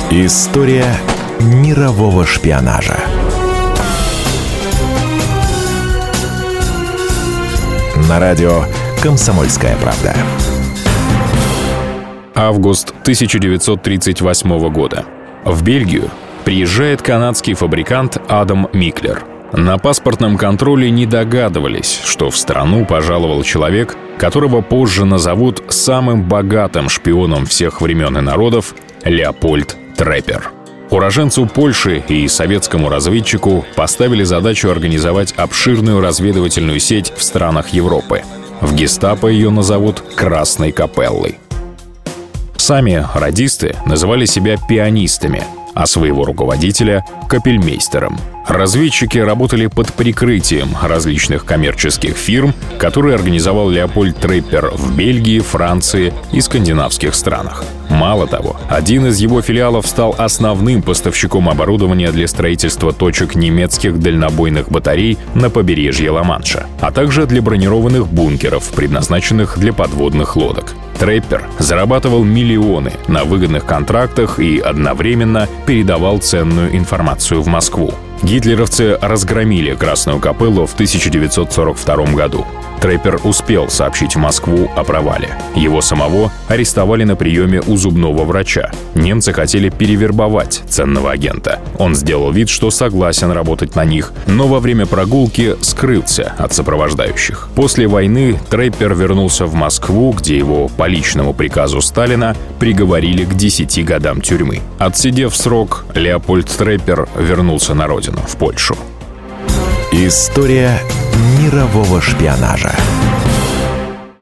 История мирового шпионажа. На радио «Комсомольская правда». Август 1938 года. В Бельгию приезжает канадский фабрикант Адам Миклер. На паспортном контроле не догадывались, что в страну пожаловал человек, которого позже назовут самым богатым шпионом всех времен и народов — Леопольд Треппер. Уроженцу Польши и советскому разведчику поставили задачу организовать обширную разведывательную сеть в странах Европы. В гестапо ее назовут «Красной капеллой». Сами радисты называли себя пианистами, а своего руководителя — капельмейстером. Разведчики работали под прикрытием различных коммерческих фирм, которые организовал Леопольд Треппер в Бельгии, Франции и скандинавских странах. Мало того, один из его филиалов стал основным поставщиком оборудования для строительства точек немецких дальнобойных батарей на побережье Ла-Манша, а также для бронированных бункеров, предназначенных для подводных лодок. Треппер зарабатывал миллионы на выгодных контрактах и одновременно передавал ценную информацию в Москву. Гитлеровцы разгромили Красную капеллу в 1942 году. Треппер успел сообщить в Москву о провале. Его самого арестовали на приеме у зубного врача. Немцы хотели перевербовать ценного агента. Он сделал вид, что согласен работать на них, но во время прогулки скрылся от сопровождающих. После войны Треппер вернулся в Москву, где его по личному приказу Сталина приговорили к 10 годам тюрьмы. Отсидев срок, Леопольд Треппер вернулся на родину, в Польшу. История мирового шпионажа.